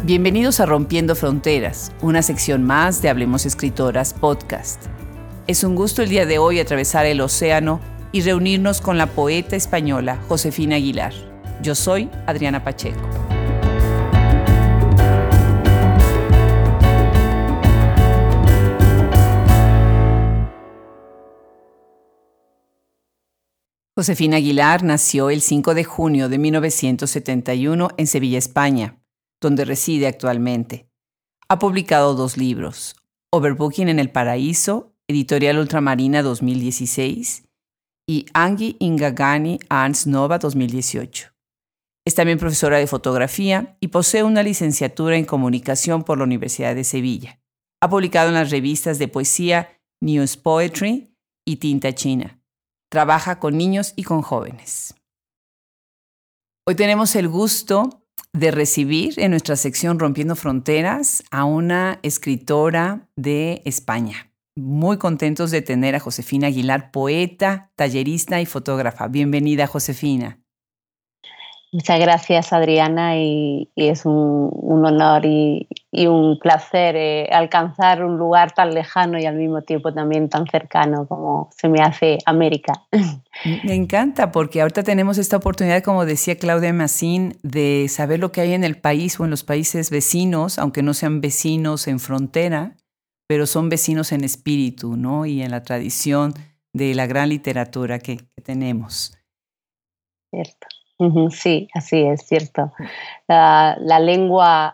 Bienvenidos a Rompiendo Fronteras, una sección más de Hablemos Escritoras podcast. Es un gusto el día de hoy atravesar el océano y reunirnos con la poeta española Josefina Aguilar. Yo soy Adriana Pacheco. Josefina Aguilar nació el 5 de junio de 1971 en Sevilla, España, donde reside actualmente. Ha publicado 2 libros, Overbooking en el Paraíso, Editorial Ultramarina 2016, y Angie Ingagani Arns Nova 2018. Es también profesora de fotografía y posee una licenciatura en comunicación por la Universidad de Sevilla. Ha publicado en las revistas de poesía News Poetry y Tinta China. Trabaja con niños y con jóvenes. Hoy tenemos el gusto de recibir en nuestra sección Rompiendo Fronteras a una escritora de España. Muy contentos de tener a Josefina Aguilar, poeta, tallerista y fotógrafa. Bienvenida, Josefina. Muchas gracias, Adriana, y es un honor y un placer alcanzar un lugar tan lejano y al mismo tiempo también tan cercano como se me hace América. Me encanta porque ahorita tenemos esta oportunidad, como decía Claudia Massín, de saber lo que hay en el país o en los países vecinos, aunque no sean vecinos en frontera, pero son vecinos en espíritu, ¿no? Y en la tradición de la gran literatura que tenemos. Cierto. Sí, así es, cierto. La lengua,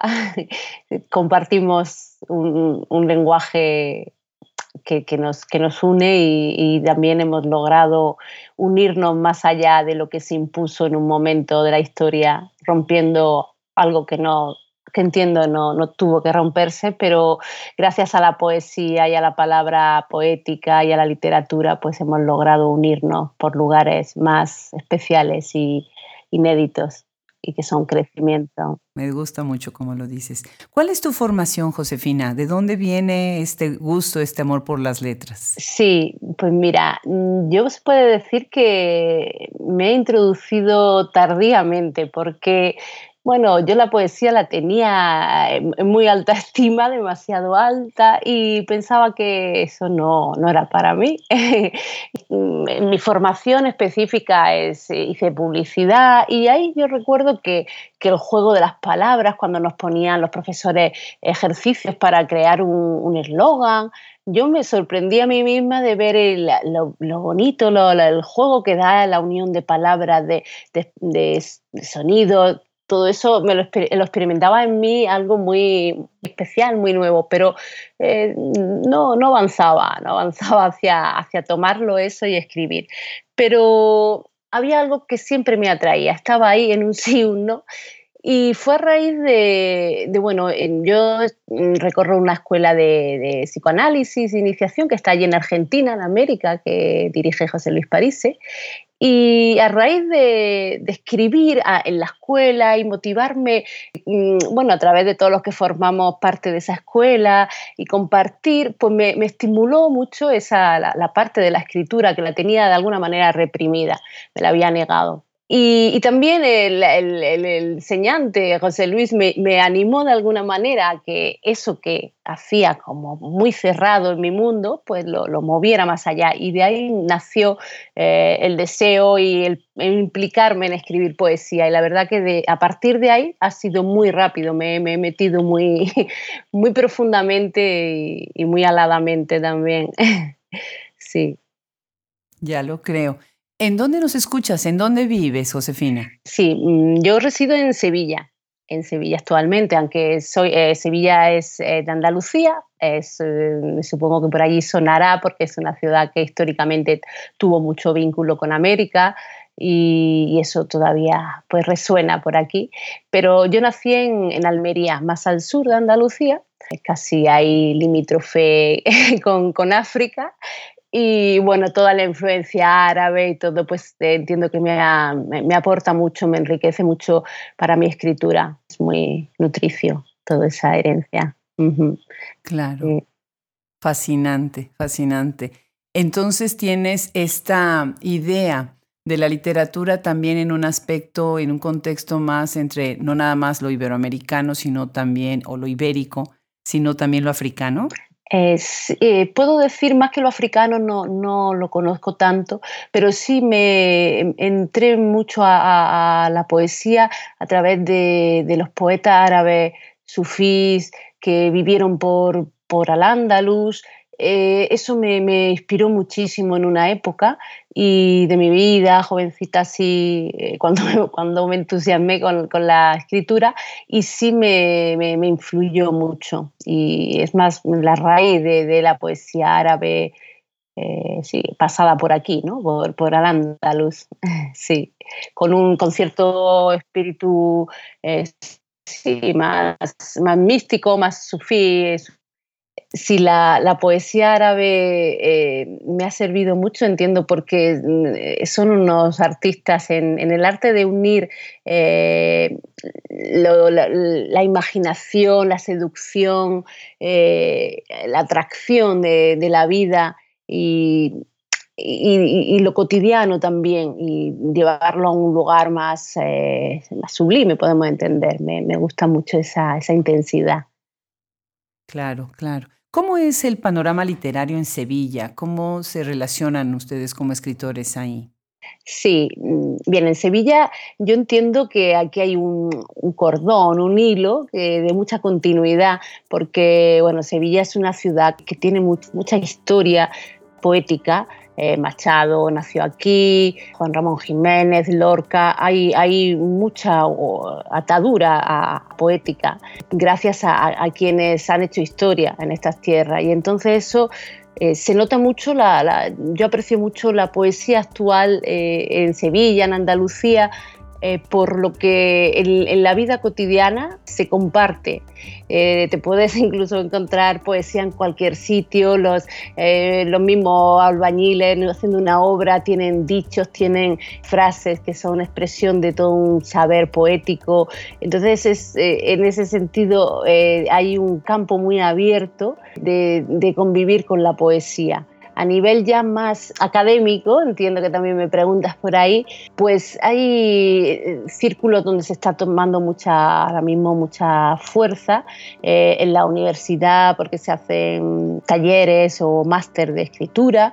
compartimos un lenguaje que nos une y también hemos logrado unirnos más allá de lo que se impuso en un momento de la historia, rompiendo algo que entiendo no tuvo que romperse, pero gracias a la poesía y a la palabra poética y a la literatura, pues hemos logrado unirnos por lugares más especiales y inéditos y que son crecimiento. Me gusta mucho cómo lo dices. ¿Cuál es tu formación, Josefina? ¿De dónde viene este gusto, este amor por las letras? Sí, pues mira, yo se puede decir que me he introducido tardíamente porque, bueno, yo la poesía la tenía en muy alta estima, demasiado alta, y pensaba que eso no era para mí. Mi formación específica hice publicidad y ahí yo recuerdo que el juego de las palabras, cuando nos ponían los profesores ejercicios para crear un eslogan, yo me sorprendí a mí misma de ver lo bonito, el juego que da la unión de palabras, de sonidos. Todo eso lo experimentaba en mí, algo muy especial, muy nuevo, pero no avanzaba hacia tomarlo eso y escribir. Pero había algo que siempre me atraía, estaba ahí en un sí y un no. Y fue a raíz yo recorro una escuela de psicoanálisis, de iniciación, que está allí en Argentina, en América, que dirige José Luis Parisse. Y a raíz de escribir en la escuela y motivarme, a través de todos los que formamos parte de esa escuela y compartir, pues me estimuló mucho la parte de la escritura que la tenía de alguna manera reprimida, me la había negado. Y también el enseñante José Luis me animó de alguna manera a que eso que hacía como muy cerrado en mi mundo, pues lo moviera más allá. Y de ahí nació el deseo y el implicarme en escribir poesía. Y la verdad que a partir de ahí ha sido muy rápido. Me he metido muy, muy profundamente y muy aladamente también. Sí. Ya lo creo. ¿En dónde nos escuchas? ¿En dónde vives, Josefina? Sí, yo resido en Sevilla actualmente, aunque Sevilla es de Andalucía, supongo que por allí sonará porque es una ciudad que históricamente tuvo mucho vínculo con América y eso todavía pues resuena por aquí. Pero yo nací en Almería, más al sur de Andalucía, casi ahí limítrofe con África. Y bueno, toda la influencia árabe y todo, pues entiendo que me aporta mucho, me enriquece mucho para mi escritura. Es muy nutricio toda esa herencia. Uh-huh. Claro, fascinante, fascinante. Entonces tienes esta idea de la literatura también en un aspecto, en un contexto más entre no nada más lo iberoamericano, sino también, o lo ibérico, sino también lo africano? Puedo decir más que lo africano, no lo conozco tanto, pero sí me entré mucho a la poesía a través de los poetas árabes sufís que vivieron por Al-Ándalus. Eso me inspiró muchísimo en una época y de mi vida, jovencita, así, cuando me entusiasmé con la escritura y sí me influyó mucho. Y es más, la raíz de la poesía árabe, sí, pasada por aquí, ¿no? Por Al-Ándalus, sí, con cierto espíritu, eh, sí, más místico, más sufí. Sí, la poesía árabe me ha servido mucho, entiendo, porque son unos artistas en el arte de unir eh, la imaginación, la seducción, la atracción de la vida y lo cotidiano también, y llevarlo a un lugar más sublime, podemos entender. Me gusta mucho esa intensidad. Claro, claro. ¿Cómo es el panorama literario en Sevilla? ¿Cómo se relacionan ustedes como escritores ahí? Sí, bien, en Sevilla yo entiendo que aquí hay un cordón, un hilo de mucha continuidad, porque bueno, Sevilla es una ciudad que tiene mucha historia poética. Machado nació aquí, Juan Ramón Jiménez, Lorca, hay mucha atadura poética gracias a quienes han hecho historia en estas tierras. Y entonces eso se nota mucho, yo aprecio mucho la poesía actual en Sevilla, en Andalucía, por lo que en la vida cotidiana se comparte. Te puedes incluso encontrar poesía en cualquier sitio, los mismos albañiles haciendo una obra tienen dichos, tienen frases que son expresión de todo un saber poético. Entonces, en ese sentido, hay un campo muy abierto de convivir con la poesía. A nivel ya más académico, entiendo que también me preguntas por ahí, pues hay círculos donde se está tomando ahora mismo mucha fuerza en la universidad porque se hacen talleres o máster de escritura.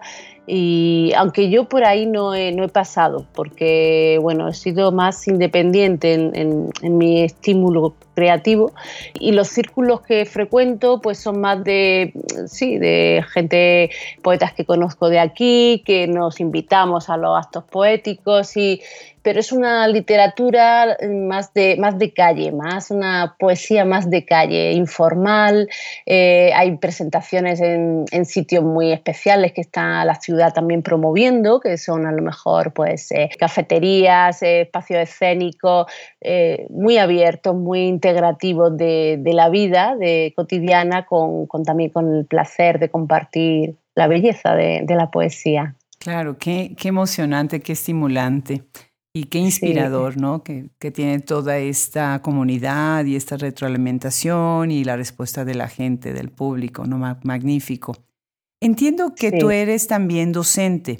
Y aunque yo por ahí no he pasado, porque bueno, he sido más independiente en mi estímulo creativo, y los círculos que frecuento pues son más sí, de gente, poetas que conozco de aquí, que nos invitamos a los actos poéticos, pero es una literatura más de calle, más una poesía más de calle, informal. Hay presentaciones en sitios muy especiales que está la ciudad también promoviendo, que son a lo mejor pues cafeterías, espacios escénicos muy abiertos, muy integrativos de la vida cotidiana, también con el placer de compartir la belleza de la poesía. Claro, qué emocionante, qué estimulante y qué Sí, inspirador, ¿no? Que tiene toda esta comunidad y esta retroalimentación y la respuesta de la gente, del público, ¿no? Magnífico. Entiendo que tú sí. eres también docente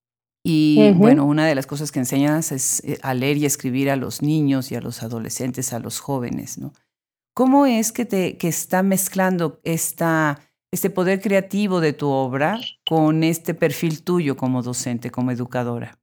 y, Ujú. bueno, una de las cosas que enseñas es a leer y escribir a los niños y a los adolescentes, a los jóvenes, ¿no? ¿Cómo es que está mezclando este poder creativo de tu obra con este perfil tuyo como docente, como educadora?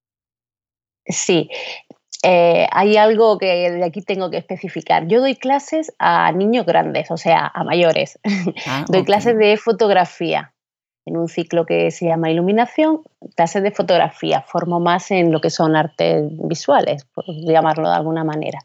Sí, hay algo que de aquí tengo que especificar. Yo doy clases a niños grandes, o sea, a mayores. Ah, Doy ok. clases de fotografía en un ciclo que se llama Iluminación, clases de fotografía. Formo más en lo que son artes visuales, por llamarlo de alguna manera.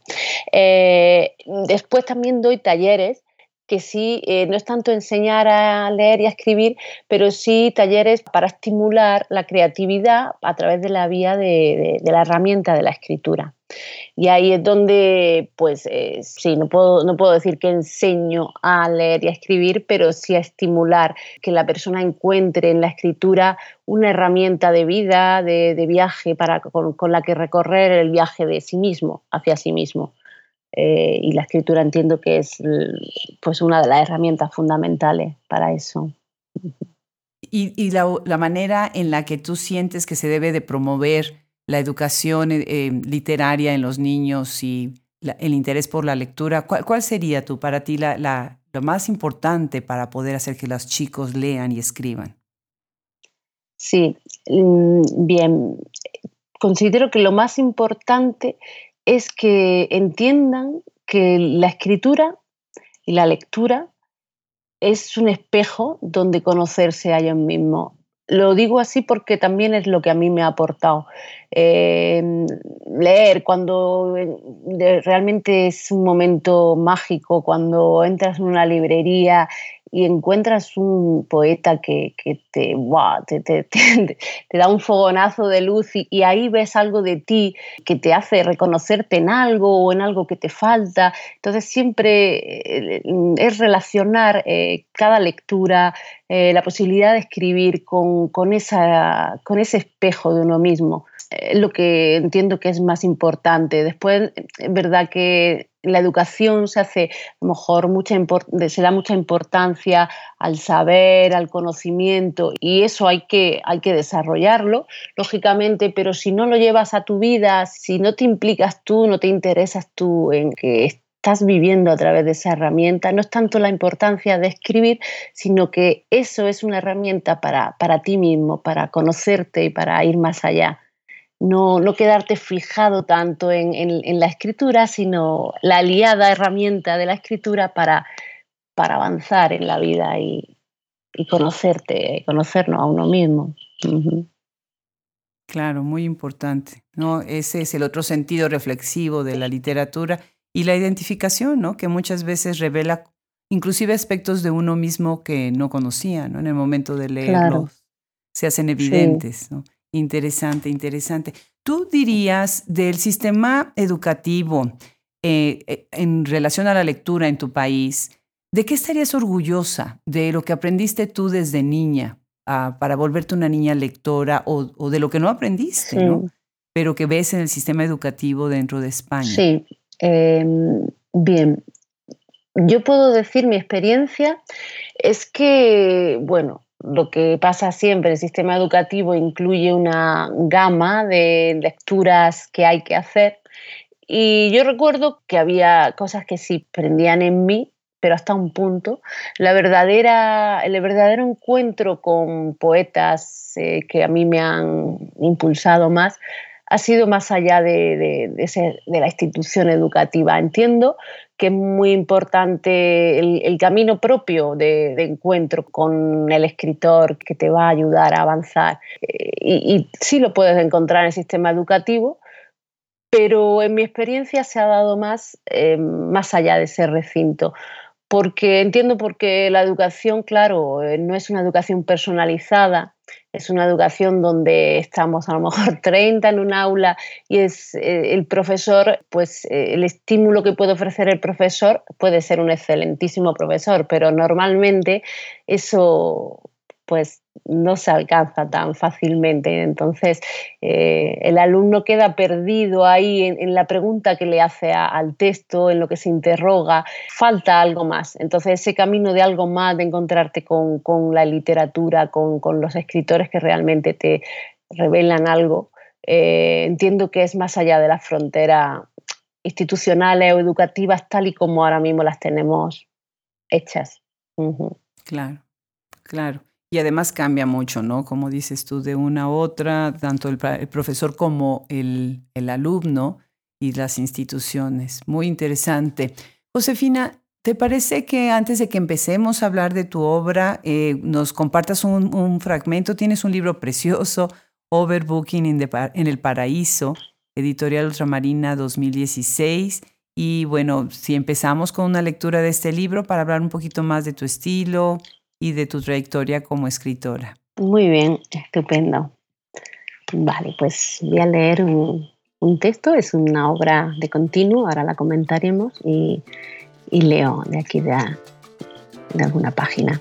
Después también doy talleres que sí, no es tanto enseñar a leer y a escribir, pero sí talleres para estimular la creatividad a través de la vía de la herramienta de la escritura. Y ahí es donde, pues sí, no puedo decir que enseño a leer y a escribir, pero sí a estimular que la persona encuentre en la escritura una herramienta de vida, de viaje, con la que recorrer el viaje de sí mismo, hacia sí mismo. Y la escritura entiendo que es pues una de las herramientas fundamentales para eso. Y la manera en la que tú sientes que se debe de promover la educación literaria en los niños y el interés por la lectura, ¿cuál sería para ti lo más importante para poder hacer que los chicos lean y escriban? Sí, bien. Considero que lo más importante es que entiendan que la escritura y la lectura es un espejo donde conocerse a ellos mismos. Lo digo así porque también es lo que a mí me ha aportado. Leer cuando realmente es un momento mágico, cuando entras en una librería y encuentras un poeta que te, ¡guau!, te da un fogonazo de luz y ahí ves algo de ti que te hace reconocerte en algo o en algo que te falta. Entonces siempre es relacionar cada lectura, la posibilidad de escribir con ese espejo de uno mismo. Lo que entiendo que es más importante. Después, es verdad que la educación se hace, a lo mejor, se da mucha importancia al saber, al conocimiento, y eso hay que desarrollarlo, lógicamente, pero si no lo llevas a tu vida, si no te implicas tú, no te interesas tú en que estás viviendo a través de esa herramienta, no es tanto la importancia de escribir, sino que eso es una herramienta para ti mismo, para conocerte y para ir más allá. No quedarte fijado tanto en la escritura, sino la aliada herramienta de la escritura para avanzar en la vida y conocernos a uno mismo. Uh-huh. Claro, muy importante, ¿no? Ese es el otro sentido reflexivo de la literatura y la identificación, ¿no? Que muchas veces revela inclusive aspectos de uno mismo que no conocía, ¿no? En el momento de leerlos, Claro, se hacen sí. evidentes, ¿no? Interesante, interesante. ¿Tú dirías del sistema educativo en relación a la lectura en tu país, de qué estarías orgullosa de lo que aprendiste tú desde niña para volverte una niña lectora o de lo que no aprendiste, ¿no? Sí, Pero que ves en el sistema educativo dentro de España? sí. Bien, yo puedo decir mi experiencia es que, bueno, lo que pasa siempre, el sistema educativo incluye una gama de lecturas que hay que hacer y yo recuerdo que había cosas que sí prendían en mí, pero hasta un punto. El verdadero encuentro con poetas que a mí me han impulsado más ha sido más allá de la institución educativa. Entiendo que es muy importante el camino propio de encuentro con el escritor que te va a ayudar a avanzar. Y sí lo puedes encontrar en el sistema educativo, pero en mi experiencia se ha dado más allá de ese recinto. Porque entiendo porque la educación, claro, no es una educación personalizada, es una educación donde estamos a lo mejor 30 en un aula y es el profesor, pues el estímulo que puede ofrecer el profesor puede ser un excelentísimo profesor, pero normalmente eso pues no se alcanza tan fácilmente. Entonces, el alumno queda perdido ahí en la pregunta que le hace al texto, en lo que se interroga, falta algo más. Entonces, ese camino de algo más, de encontrarte con la literatura, con los escritores que realmente te revelan algo, entiendo que es más allá de las fronteras institucionales o educativas tal y como ahora mismo las tenemos hechas. Uh-huh. Claro, claro. Y además cambia mucho, ¿no? Como dices tú, de una a otra, tanto el profesor como el alumno y las instituciones. Muy interesante. Josefina, ¿te parece que antes de que empecemos a hablar de tu obra, nos compartas un fragmento? Tienes un libro precioso, Overbooking en el Paraíso, Editorial Ultramarina 2016. Y bueno, si empezamos con una lectura de este libro para hablar un poquito más de tu estilo y de tu trayectoria como escritora. Muy bien, estupendo. Vale, pues voy a leer un texto, es una obra de continuo, ahora la comentaremos y leo de aquí de alguna página.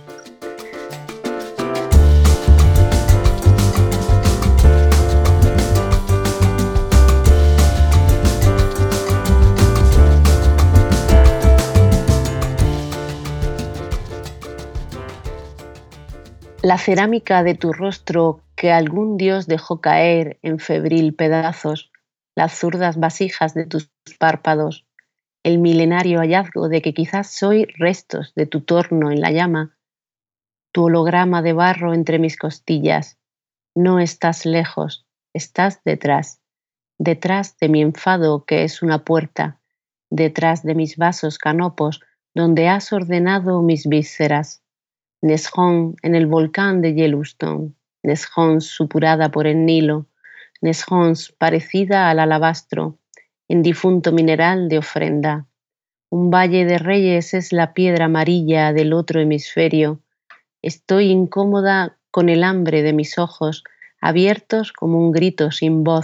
La cerámica de tu rostro que algún dios dejó caer en febril pedazos las zurdas vasijas de tus párpados, el milenario hallazgo de que quizás soy restos de tu torno en la llama, tu holograma de barro entre mis costillas. No estás lejos, estás detrás, detrás de mi enfado que es una puerta, detrás de mis vasos canopos donde has ordenado mis vísceras. Nesjón en el volcán de Yellowstone, Nesjón supurada por el Nilo, Nesjón parecida al alabastro, en difunto mineral de ofrenda. Un valle de reyes es la piedra amarilla del otro hemisferio. Estoy incómoda con el hambre de mis ojos, abiertos como un grito sin voz.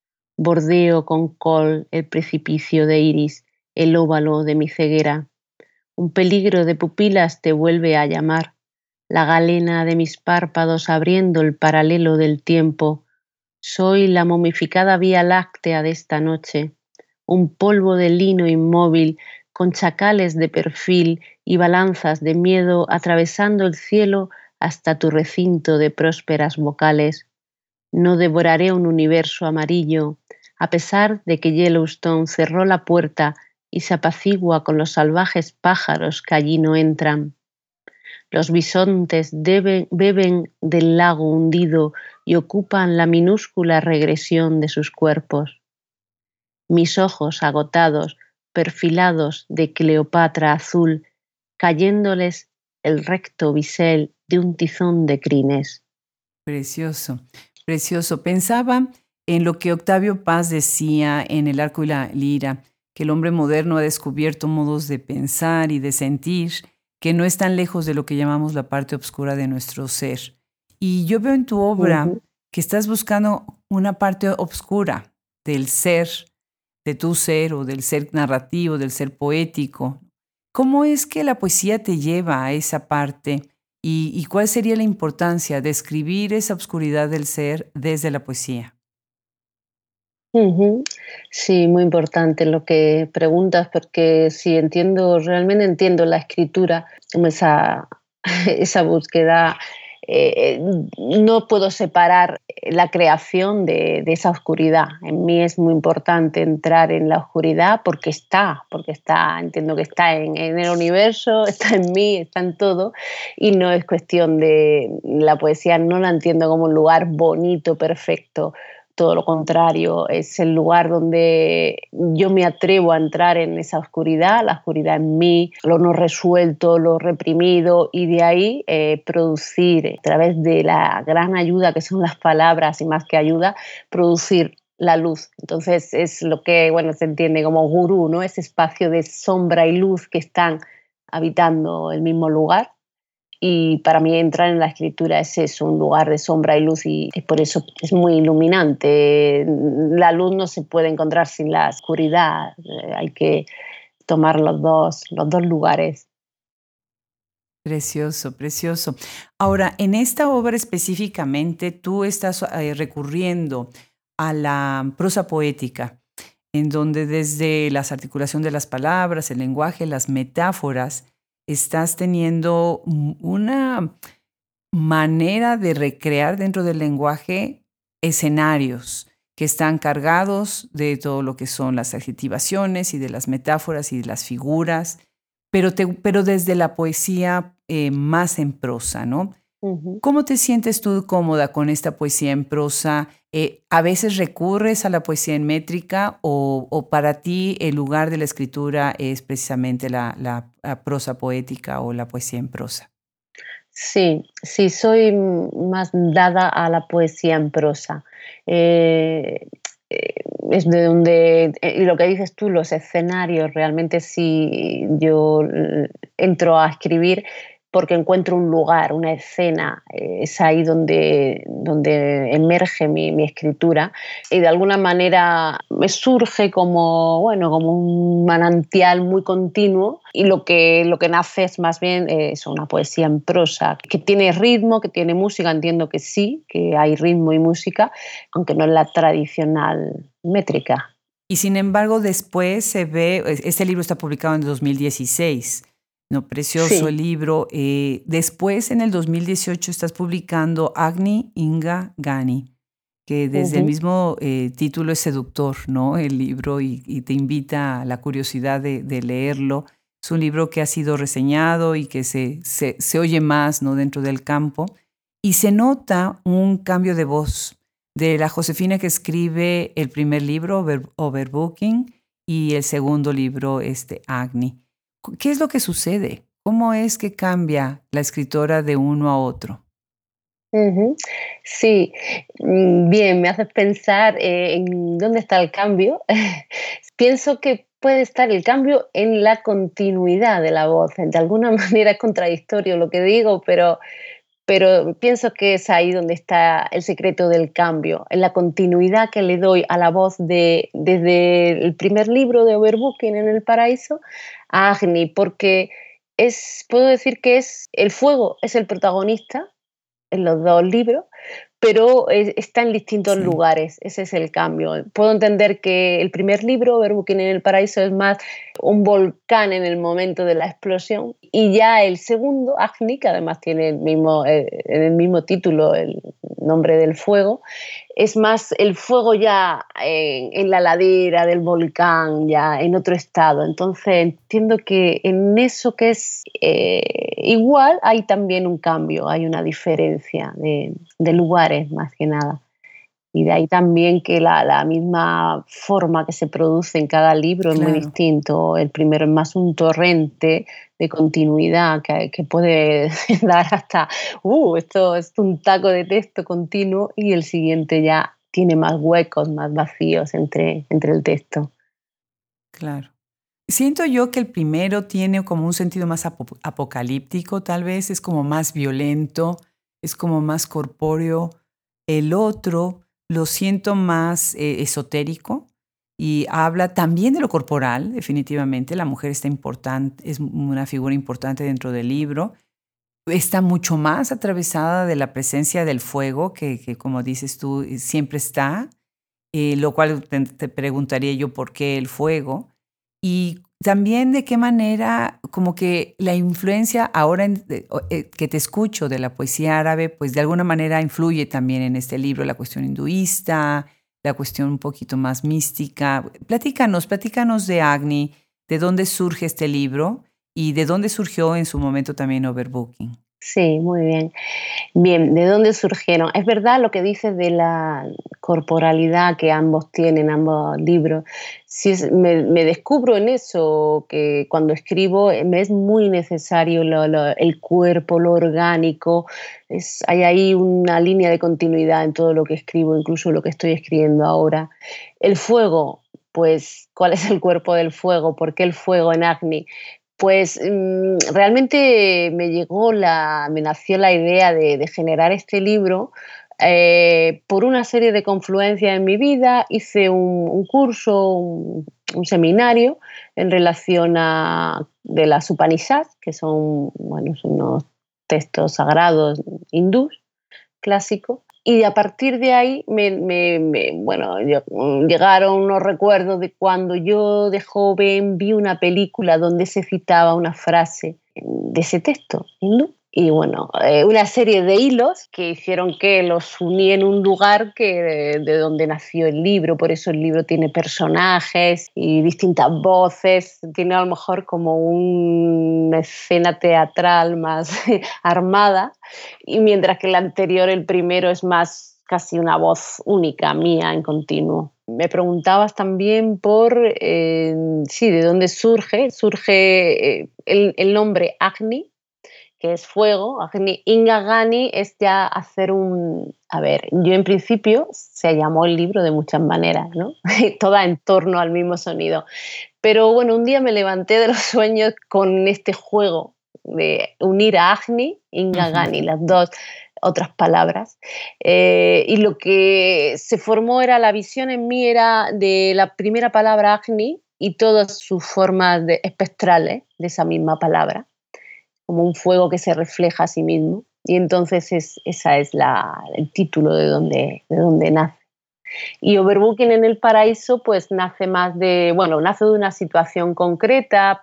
Bordeo con col el precipicio de iris, el óvalo de mi ceguera. Un peligro de pupilas te vuelve a llamar. La galena de mis párpados abriendo el paralelo del tiempo. Soy la momificada vía láctea de esta noche, un polvo de lino inmóvil con chacales de perfil y balanzas de miedo atravesando el cielo hasta tu recinto de prósperas vocales. No devoraré un universo amarillo, a pesar de que Yellowstone cerró la puerta y se apacigua con los salvajes pájaros que allí no entran. Los bisontes beben del lago hundido y ocupan la minúscula regresión de sus cuerpos. Mis ojos agotados, perfilados de Cleopatra azul, cayéndoles el recto bisel de un tizón de crines. Precioso, precioso. Pensaba en lo que Octavio Paz decía en El arco y la lira, que el hombre moderno ha descubierto modos de pensar y de sentir que no están lejos de lo que llamamos la parte oscura de nuestro ser. Y yo veo en tu obra que estás buscando una parte oscura del ser, de tu ser o del ser narrativo, del ser poético. ¿Cómo es que la poesía te lleva a esa parte? ¿Y cuál sería la importancia de escribir esa oscuridad del ser desde la poesía? Sí, muy importante lo que preguntas, porque sí realmente entiendo la escritura, como esa búsqueda. eh, no puedo separar la creación de esa oscuridad. En mí es muy importante entrar en la oscuridad entiendo que está en el universo, está en mí, está en todo, y no es cuestión la poesía no la entiendo como un lugar bonito, perfecto. Todo lo contrario, es el lugar donde yo me atrevo a entrar en esa oscuridad, la oscuridad en mí, lo no resuelto, lo reprimido, y de ahí producir, a través de la gran ayuda que son las palabras y más que ayuda, producir la luz. Entonces es lo que se entiende como gurú, ¿no? Ese espacio de sombra y luz que están habitando el mismo lugar. Y para mí entrar en la escritura es eso, un lugar de sombra y luz, y por eso es muy iluminante. La luz no se puede encontrar sin la oscuridad, hay que tomar los dos lugares. Precioso, precioso. Ahora, en esta obra específicamente, tú estás recurriendo a la prosa poética, en donde desde la articulación de las palabras, el lenguaje, las metáforas, estás teniendo una manera de recrear dentro del lenguaje escenarios que están cargados de todo lo que son las adjetivaciones y de las metáforas y de las figuras, pero desde la poesía más en prosa, ¿no? Uh-huh. ¿Cómo te sientes tú cómoda con esta poesía en prosa? ¿A veces recurres a la poesía en métrica o para ti el lugar de la escritura es precisamente la prosa poética o la poesía en prosa? Sí, sí, soy más dada a la poesía en prosa. Eh, eh, es de donde, y lo que dices tú, los escenarios, realmente sí yo entro a escribir porque encuentro un lugar, una escena, es ahí donde emerge mi escritura, y de alguna manera me surge como un manantial muy continuo, y lo que nace es más bien una poesía en prosa, que tiene ritmo, que tiene música. Entiendo que sí, que hay ritmo y música, aunque no es la tradicional métrica. Y sin embargo, después se ve, este libro está publicado en 2016. No, precioso el Sí. libro. Después, en el 2018, estás publicando Agni Inga Gani, que desde el Ujú. mismo título es seductor, ¿no? El libro y te invita a la curiosidad de leerlo. Es un libro que ha sido reseñado y que se oye más, ¿no? Dentro del campo. Y se nota un cambio de voz de la Josefina que escribe el primer libro, Overbooking, y el segundo libro, Agni. ¿Qué es lo que sucede? ¿Cómo es que cambia la escritora de uno a otro? Ujú. Sí, bien, me haces pensar en dónde está el cambio. Pienso que puede estar el cambio en la continuidad de la voz. De alguna manera es contradictorio lo que digo, pero pienso que es ahí donde está el secreto del cambio, en la continuidad que le doy a la voz desde el primer libro de Overbooking en el Paraíso a Agni, porque puedo decir que es el fuego, es el protagonista en los dos libros, pero está en distintos Sí, lugares, ese es el cambio. Puedo entender que el primer libro, Overbooking en el Paraíso, es más un volcán en el momento de la explosión, y ya el segundo, Agni, que además tiene en el mismo título el nombre del fuego, es más el fuego ya en la ladera del volcán, ya en otro estado. Entonces entiendo que en eso que es igual hay también un cambio, hay una diferencia de lugares más que nada. Y de ahí también que la misma forma que se produce en cada libro es muy claro. distinto. El primero es más un torrente de continuidad que puede dar hasta, esto es un taco de texto continuo, y el siguiente ya tiene más huecos, más vacíos entre el texto. Claro. Siento yo que el primero tiene como un sentido más apocalíptico, tal vez es como más violento, es como más corpóreo. El otro lo siento más esotérico y habla también de lo corporal, definitivamente. La mujer está importante, es una figura importante dentro del libro. Está mucho más atravesada de la presencia del fuego, que como dices tú, siempre está, lo cual te preguntaría yo por qué el fuego. Y también de qué manera, como que la influencia ahora que te escucho de la poesía árabe, pues de alguna manera influye también en este libro, la cuestión hinduista, la cuestión un poquito más mística. Platícanos de Agni, de dónde surge este libro y de dónde surgió en su momento también Overbooking. Sí, muy bien. Bien, ¿de dónde surgieron? Es verdad lo que dices de la corporalidad que ambos tienen, ambos libros. Sí, me descubro en eso, que cuando escribo me es muy necesario el cuerpo, lo orgánico. Hay ahí una línea de continuidad en todo lo que escribo, incluso lo que estoy escribiendo ahora. El fuego, pues, ¿cuál es el cuerpo del fuego? ¿Por qué el fuego en Agni? Pues, realmente me nació la idea de generar este libro, por una serie de confluencias en mi vida. Hice un curso, un seminario en relación a de las Upanishads, que son, bueno, son unos textos sagrados hindús clásicos. Y a partir de ahí bueno, llegaron unos recuerdos de cuando yo de joven vi una película donde se citaba una frase de ese texto hindú. Y bueno, una serie de hilos que hicieron que los uní en un lugar de donde nació el libro. Por eso el libro tiene personajes y distintas voces, tiene a lo mejor como una escena teatral más armada, y mientras que el anterior, el primero, es más casi una voz única mía en continuo. Me preguntabas también sí, de dónde surge. Surge el nombre Agni, que es fuego. Agni Ingagani es ya hacer A ver, yo en principio se llamó el libro de muchas maneras, ¿no? Toda en torno al mismo sonido. Pero bueno, un día me levanté de los sueños con este juego de unir a Agni e Ujú. Ingagani, las dos otras palabras. Y lo que se formó era la visión en mí, era de la primera palabra Agni y todas sus formas espectrales de esa misma palabra, como un fuego que se refleja a sí mismo. Y entonces esa es el título de donde nace. Y Overbooking en el Paraíso pues nace nace de una situación concreta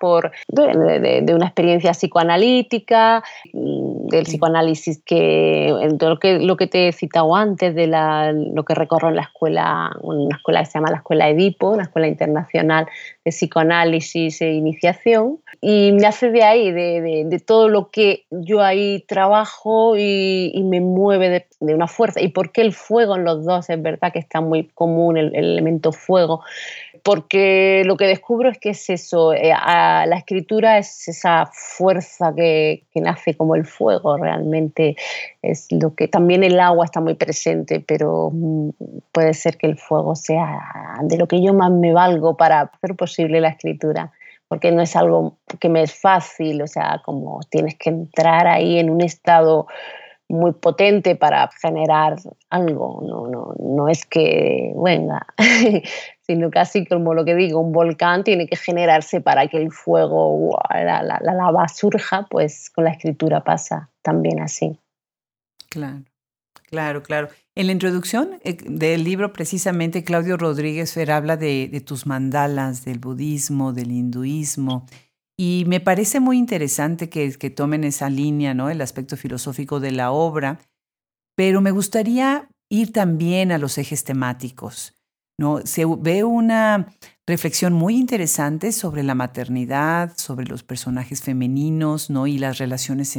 de una experiencia psicoanalítica, del Sí. psicoanálisis en todo lo que te he citado antes, lo que recorro en una escuela que se llama la Escuela Edipo, una escuela internacional de psicoanálisis e iniciación, y nace de ahí, de todo lo que yo ahí trabajo y me mueve de una fuerza. ¿Y por qué el fuego en los dos? Es verdad que está muy común el elemento fuego, porque lo que descubro es que es eso, la escritura es esa fuerza que nace como el fuego, realmente es lo que también el agua está muy presente, pero puede ser que el fuego sea de lo que yo más me valgo para hacer posible la escritura, porque no es algo que me es fácil, o sea, como tienes que entrar ahí en un estado muy potente para generar algo, no es que venga, sino casi como lo que digo, un volcán tiene que generarse para que el fuego, la lava surja, pues con la escritura pasa también así. Claro, claro, claro. En la introducción del libro, precisamente, Claudio Rodríguez Fer habla de tus mandalas, del budismo, del hinduismo, y me parece muy interesante que tomen esa línea, ¿no? El aspecto filosófico de la obra, pero me gustaría ir también a los ejes temáticos, ¿no? Se ve una reflexión muy interesante sobre la maternidad, sobre los personajes femeninos, ¿no? Y las relaciones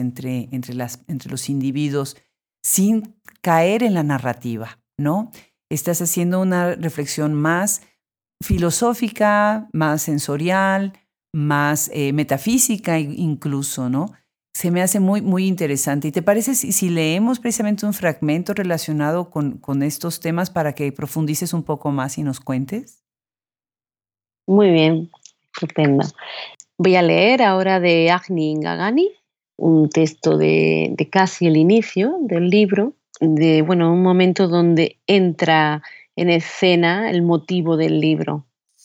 entre los individuos, sin caer en la narrativa, ¿no? Estás haciendo una reflexión más filosófica, más sensorial, más metafísica incluso, ¿no? Se me hace muy, muy interesante. ¿Y te parece si leemos precisamente un fragmento relacionado con estos temas para que profundices un poco más y nos cuentes? Muy bien, estupendo. Voy a leer ahora de Agni Ingagani, un texto de casi el inicio del libro, un momento donde entra en escena el motivo del libro.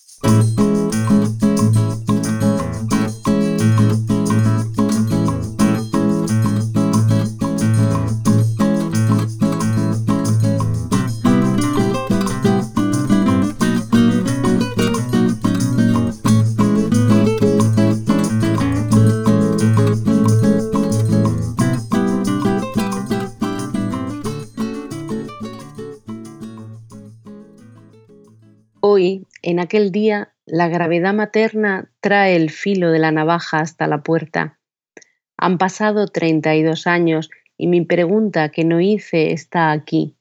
Hoy, en aquel día, la gravedad materna trae el filo de la navaja hasta la puerta. Han pasado 32 años y mi pregunta que no hice está aquí.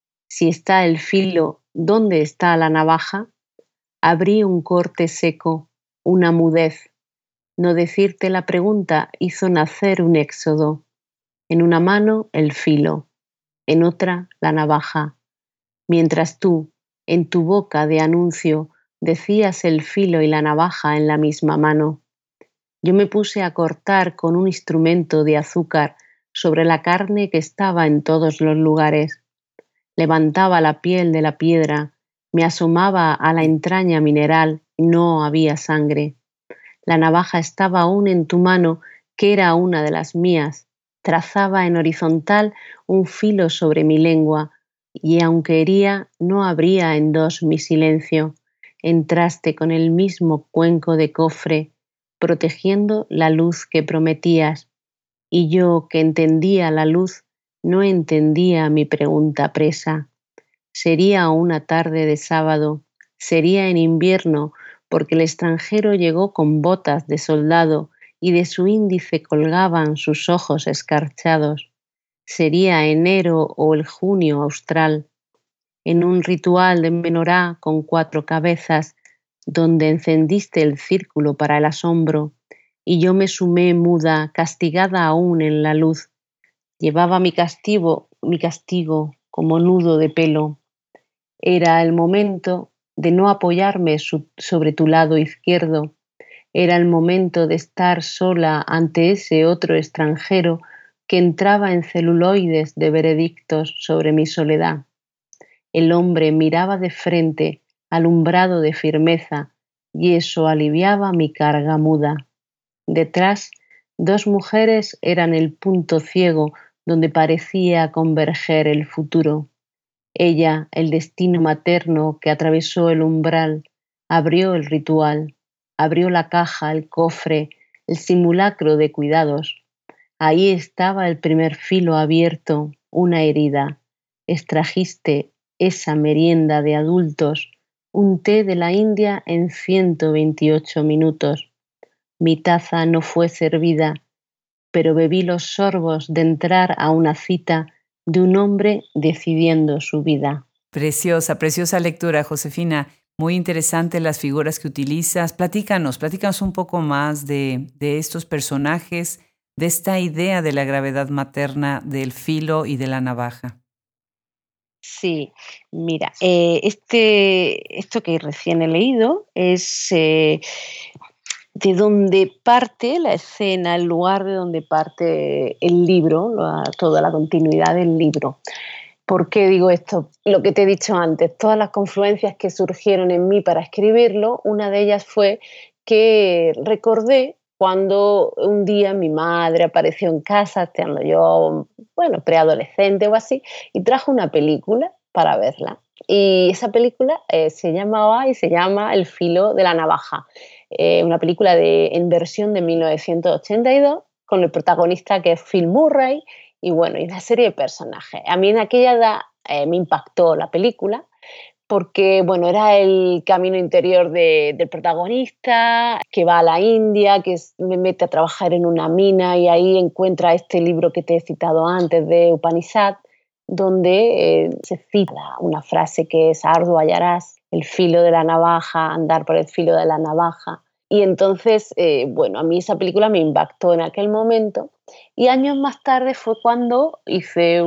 Si está el filo, ¿dónde está la navaja? Abrí un corte seco, una mudez. No decirte la pregunta hizo nacer un éxodo. En una mano el filo, en otra la navaja. Mientras tú, en tu boca de anuncio, decías el filo y la navaja en la misma mano. Yo me puse a cortar con un instrumento de azúcar sobre la carne que estaba en todos los lugares. Levantaba la piel de la piedra, me asomaba a la entraña mineral, no había sangre. La navaja estaba aún en tu mano, que era una de las mías. Trazaba en horizontal un filo sobre mi lengua, y aunque hería, no abría en dos mi silencio. Entraste con el mismo cuenco de cofre, protegiendo la luz que prometías, y yo, que entendía la luz, no entendía mi pregunta presa. Sería una tarde de sábado, sería en invierno, porque el extranjero llegó con botas de soldado y de su índice colgaban sus ojos escarchados. Sería enero o el junio austral, en un ritual de menorá con 4 cabezas, donde encendiste el círculo para el asombro, y yo me sumé muda, castigada aún en la luz. Llevaba mi castigo como nudo de pelo. Era el momento de no apoyarme sobre tu lado izquierdo. Era el momento de estar sola ante ese otro extranjero que entraba en celuloides de veredictos sobre mi soledad. El hombre miraba de frente, alumbrado de firmeza, y eso aliviaba mi carga muda. Detrás, 2 mujeres eran el punto ciego donde parecía converger el futuro. Ella, el destino materno que atravesó el umbral, abrió el ritual, abrió la caja, el cofre, el simulacro de cuidados. Ahí estaba el primer filo abierto, una herida. Extrajiste esa merienda de adultos, un té de la India en 128 minutos. Mi taza no fue servida, pero bebí los sorbos de entrar a una cita de un hombre decidiendo su vida. Preciosa, preciosa lectura, Josefina. Muy interesante las figuras que utilizas. Platícanos un poco más de estos personajes, de esta idea de la gravedad materna, del filo y de la navaja. Sí, mira, esto que recién he leído es de donde parte la escena, el lugar de donde parte el libro, toda la continuidad del libro. ¿Por qué digo esto? Lo que te he dicho antes, todas las confluencias que surgieron en mí para escribirlo, una de ellas fue que recordé cuando un día mi madre apareció en casa, estando yo, bueno, preadolescente o así, y trajo una película para verla. Y esa película se llamaba y se llama El filo de la navaja, una película en versión de 1982 con el protagonista que es Phil Murray y bueno, y una serie de personajes. A mí en aquella edad me impactó la película porque, bueno, era el camino interior del protagonista que va a la India, me mete a trabajar en una mina y ahí encuentra este libro que te he citado antes de Upanishad, donde se cita una frase que es arduo hallarás el filo de la navaja, andar por el filo de la navaja. Y entonces, bueno, a mí esa película me impactó en aquel momento y años más tarde fue cuando hice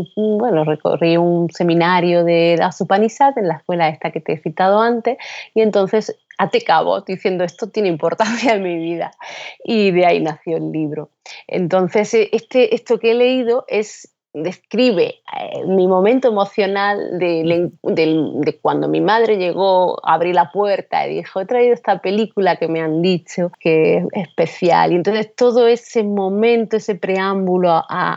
recorrí un seminario de Das Upanishad en la escuela esta que te he citado antes y entonces até cabos diciendo esto tiene importancia en mi vida y de ahí nació el libro. Entonces, esto que he leído describe mi momento emocional de cuando mi madre llegó, abrí la puerta y dijo, he traído esta película que me han dicho que es especial. Y entonces todo ese momento, ese preámbulo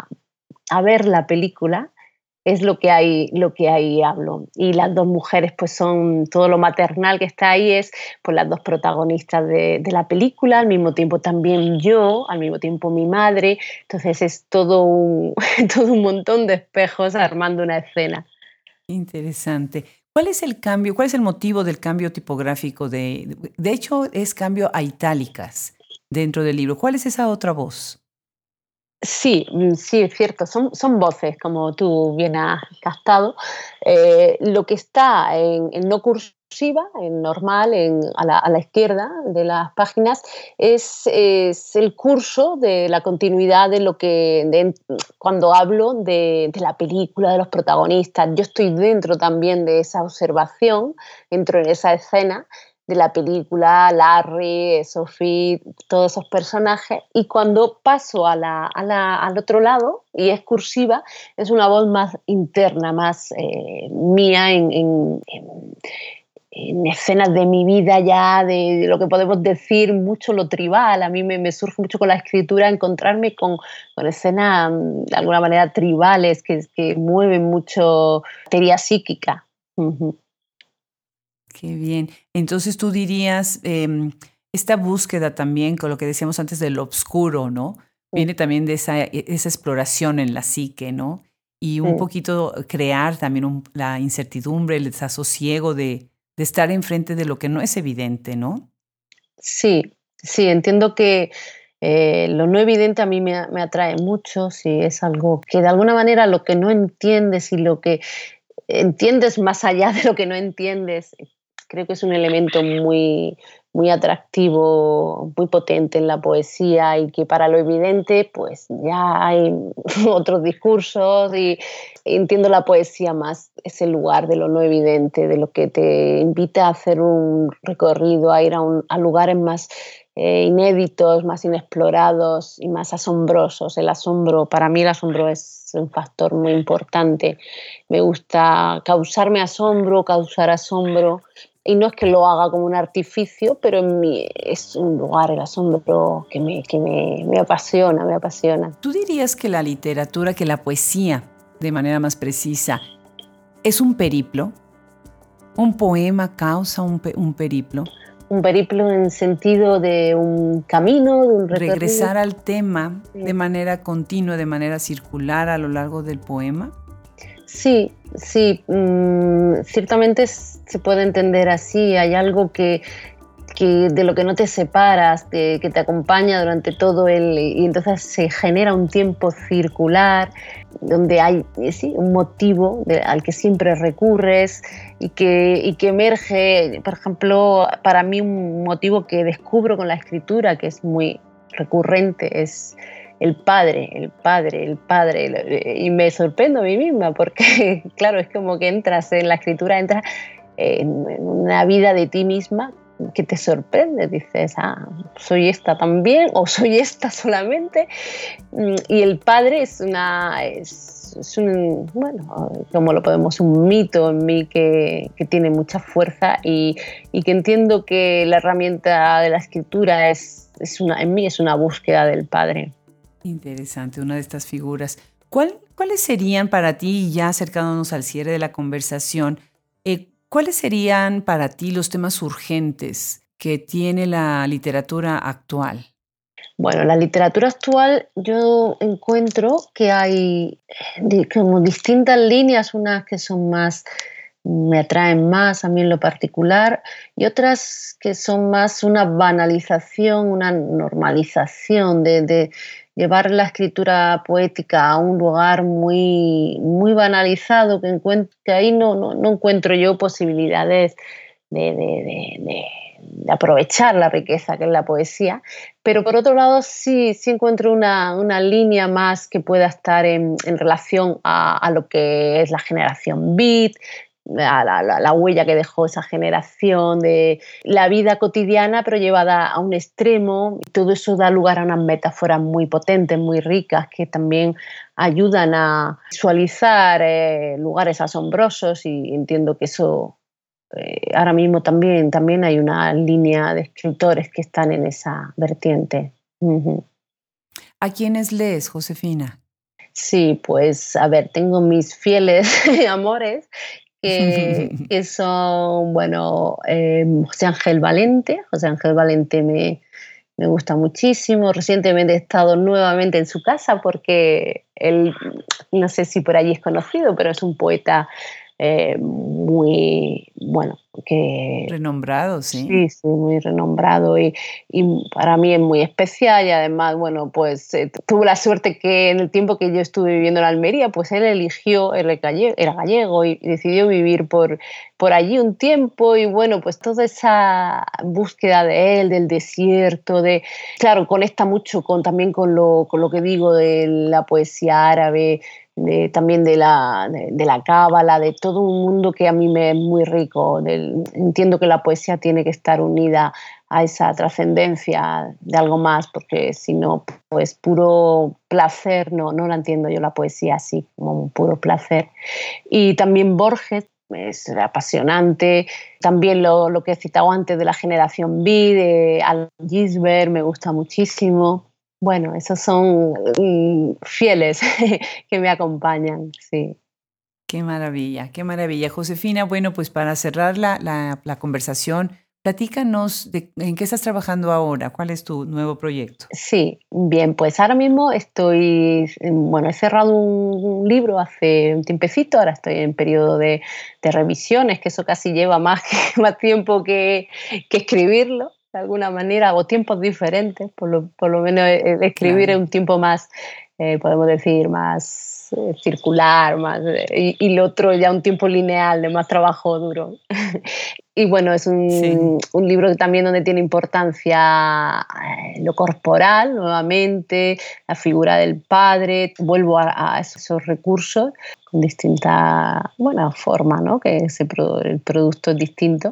a ver la película es lo que ahí hablo. Y las dos mujeres, pues son todo lo maternal que está ahí, es pues las dos protagonistas de la película, al mismo tiempo también yo, al mismo tiempo mi madre. Entonces es todo todo un montón de espejos armando una escena. Interesante. ¿Cuál es el cambio? ¿Cuál es el motivo del cambio tipográfico? De hecho, es cambio a itálicas dentro del libro. ¿Cuál es esa otra voz? Sí, sí, es cierto, son voces, como tú bien has captado. Lo que está en no cursiva, en normal, a la izquierda de las páginas, es el curso de la continuidad de cuando hablo de la película, de los protagonistas. Yo estoy dentro también de esa observación, entro en esa escena de la película, Larry, Sophie, todos esos personajes, y cuando paso al otro lado, y es cursiva, es una voz más interna, más mía en escenas de mi vida ya, de lo que podemos decir, mucho lo tribal. A mí me surge mucho con la escritura encontrarme con escenas de alguna manera tribales que mueven mucho materia psíquica. Uh-huh. Qué bien. Entonces tú dirías, esta búsqueda también, con lo que decíamos antes del obscuro, ¿no? Viene también de esa exploración en la psique, ¿no? Y un Sí. poquito crear también la incertidumbre, el desasosiego de estar enfrente de lo que no es evidente, ¿no? Sí, sí, entiendo que lo no evidente a mí me atrae mucho, si es algo que de alguna manera lo que no entiendes y lo que entiendes más allá de lo que no entiendes, creo que es un elemento muy atractivo, muy potente en la poesía y que para lo evidente pues ya hay otros discursos y entiendo la poesía más ese lugar de lo no evidente, de lo que te invita a hacer un recorrido, a ir a lugares más inéditos, más inexplorados y más asombrosos. Para mí el asombro es un factor muy importante. Me gusta causarme asombro, causar asombro, y no es que lo haga como un artificio, pero en mí es un lugar, el asombro, me apasiona, me apasiona. ¿Tú dirías que la literatura, que la poesía, de manera más precisa, ¿Es un periplo? ¿Un poema causa un periplo? Un periplo en sentido de un camino, de un recorrido. ¿Regresar al tema de manera continua, de manera circular a lo largo del poema? Sí, sí, ciertamente se puede entender así. Hay algo que de lo que no te separas, que te acompaña durante todo y entonces se genera un tiempo circular donde hay sí, un motivo al que siempre recurres y que emerge, por ejemplo, para mí un motivo que descubro con la escritura, que es muy recurrente, es el padre, el padre, el padre. Y me sorprendo a mí misma porque, claro, es como que entras en la escritura, entras en una vida de ti misma que te sorprende, dices, soy esta también o soy esta solamente. Y el padre es un, bueno, como lo podemos, un mito en mí que tiene mucha fuerza y que entiendo que la herramienta de la escritura en mí es una búsqueda del padre. Interesante, una de estas figuras. ¿Cuáles serían para ti, ya acercándonos al cierre de la conversación, cuáles serían para ti los temas urgentes que tiene la literatura actual? Bueno, la literatura actual yo encuentro que hay como distintas líneas, unas que son más, me atraen más a mí en lo particular, y otras que son más una banalización, una normalización de llevar la escritura poética a un lugar muy, muy banalizado, que ahí no encuentro yo posibilidades de aprovechar la riqueza que es la poesía, pero por otro lado sí encuentro una línea más que pueda estar en relación a lo que es la generación beat, a la huella que dejó esa generación de la vida cotidiana pero llevada a un extremo, y todo eso da lugar a unas metáforas muy potentes, muy ricas, que también ayudan a visualizar lugares asombrosos, y entiendo que eso ahora mismo también hay una línea de escritores que están en esa vertiente. Uh-huh. ¿A quiénes lees, Josefina? Sí, pues a ver, tengo mis fieles amores que son, bueno, José Ángel Valente. José Ángel Valente me gusta muchísimo. Recientemente he estado nuevamente en su casa porque él, no sé si por allí es conocido, pero es un poeta muy, bueno, que Renombrado, sí. sí, sí, muy renombrado y para mí es muy especial, y además, bueno, pues tuve la suerte que en el tiempo que yo estuve viviendo en Almería, pues él eligió, era gallego y decidió vivir por allí un tiempo, y bueno, pues toda esa búsqueda de él, del desierto, claro, conecta mucho también con lo que digo de la poesía árabe, también de la cábala, de todo un mundo que a mí me es muy rico. Entiendo que la poesía tiene que estar unida a esa trascendencia de algo más, porque si no, pues puro placer, no la entiendo yo la poesía así, como un puro placer. Y también Borges es apasionante. También lo que he citado antes de la generación B, de Allen Ginsberg, me gusta muchísimo. Bueno, esos son fieles que me acompañan, sí. Qué maravilla, qué maravilla. Josefina, bueno, pues para cerrar la conversación, platícanos en qué estás trabajando ahora, cuál es tu nuevo proyecto. Sí, bien, pues ahora mismo bueno, he cerrado un libro hace un tiempecito, ahora estoy en periodo de revisiones, que eso casi lleva más, más tiempo que escribirlo, de alguna manera, o tiempos diferentes, por lo menos escribir es Claro. un tiempo más, podemos decir, más circular, más, y lo otro ya un tiempo lineal, de más trabajo duro. Y bueno, es Sí. un libro también donde tiene importancia lo corporal, nuevamente, la figura del padre. Vuelvo a esos recursos con distinta, bueno, forma, ¿no? Que el producto es distinto.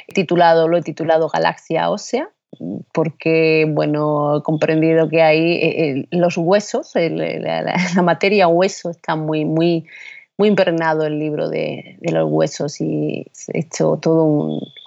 Lo he titulado Galaxia Ósea, porque, bueno, he comprendido que hay los huesos, la materia hueso está muy, muy, muy impregnado el libro de los huesos, y he hecho todo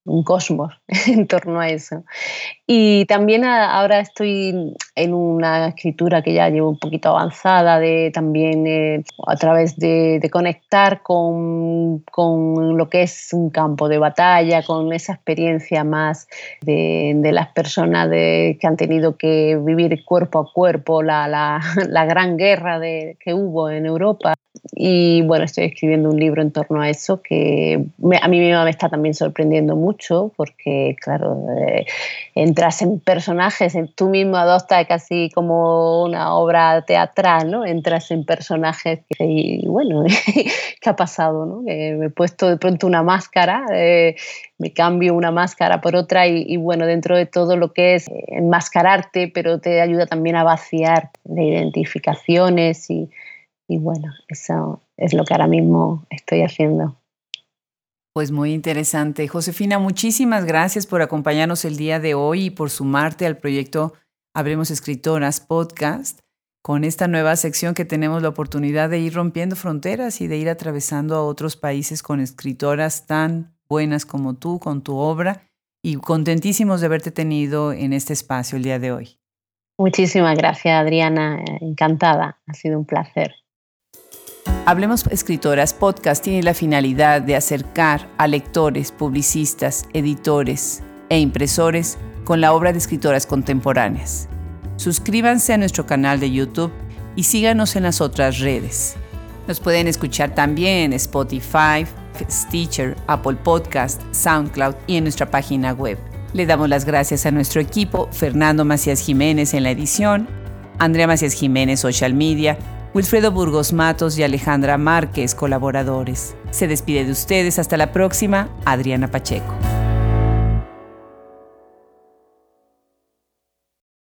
un cosmos en torno a eso. Y también ahora estoy en una escritura que ya llevo un poquito avanzada, también a través de conectar con lo que es un campo de batalla, con esa experiencia más de las personas que han tenido que vivir cuerpo a cuerpo la gran guerra que hubo en Europa. Y bueno, estoy escribiendo un libro en torno a eso que a mí misma me está también sorprendiendo mucho porque, claro, entras en personajes, tú mismo adoptas casi como una obra teatral, ¿no? Entras en personajes y bueno, ¿qué ha pasado, no? Me he puesto de pronto una máscara, me cambio una máscara por otra y bueno, dentro de todo lo que es enmascararte, pero te ayuda también a vaciar de identificaciones y bueno, eso es lo que ahora mismo estoy haciendo. Pues muy interesante. Josefina, muchísimas gracias por acompañarnos el día de hoy y por sumarte al proyecto Hablemos Escritoras Podcast, con esta nueva sección que tenemos la oportunidad de ir rompiendo fronteras y de ir atravesando a otros países con escritoras tan buenas como tú, con tu obra, y contentísimos de haberte tenido en este espacio el día de hoy. Muchísimas gracias, Adriana. Encantada. Ha sido un placer. Hablemos Escritoras Podcast tiene la finalidad de acercar a lectores, publicistas, editores e impresores con la obra de escritoras contemporáneas. Suscríbanse a nuestro canal de YouTube y síganos en las otras redes. Nos pueden escuchar también en Spotify, Stitcher, Apple Podcast, SoundCloud y en nuestra página web. Le damos las gracias a nuestro equipo, Fernando Macías Jiménez en la edición, Andrea Macías Jiménez Social Media, Wilfredo Burgos Matos y Alejandra Márquez, colaboradores. Se despide de ustedes hasta la próxima, Adriana Pacheco.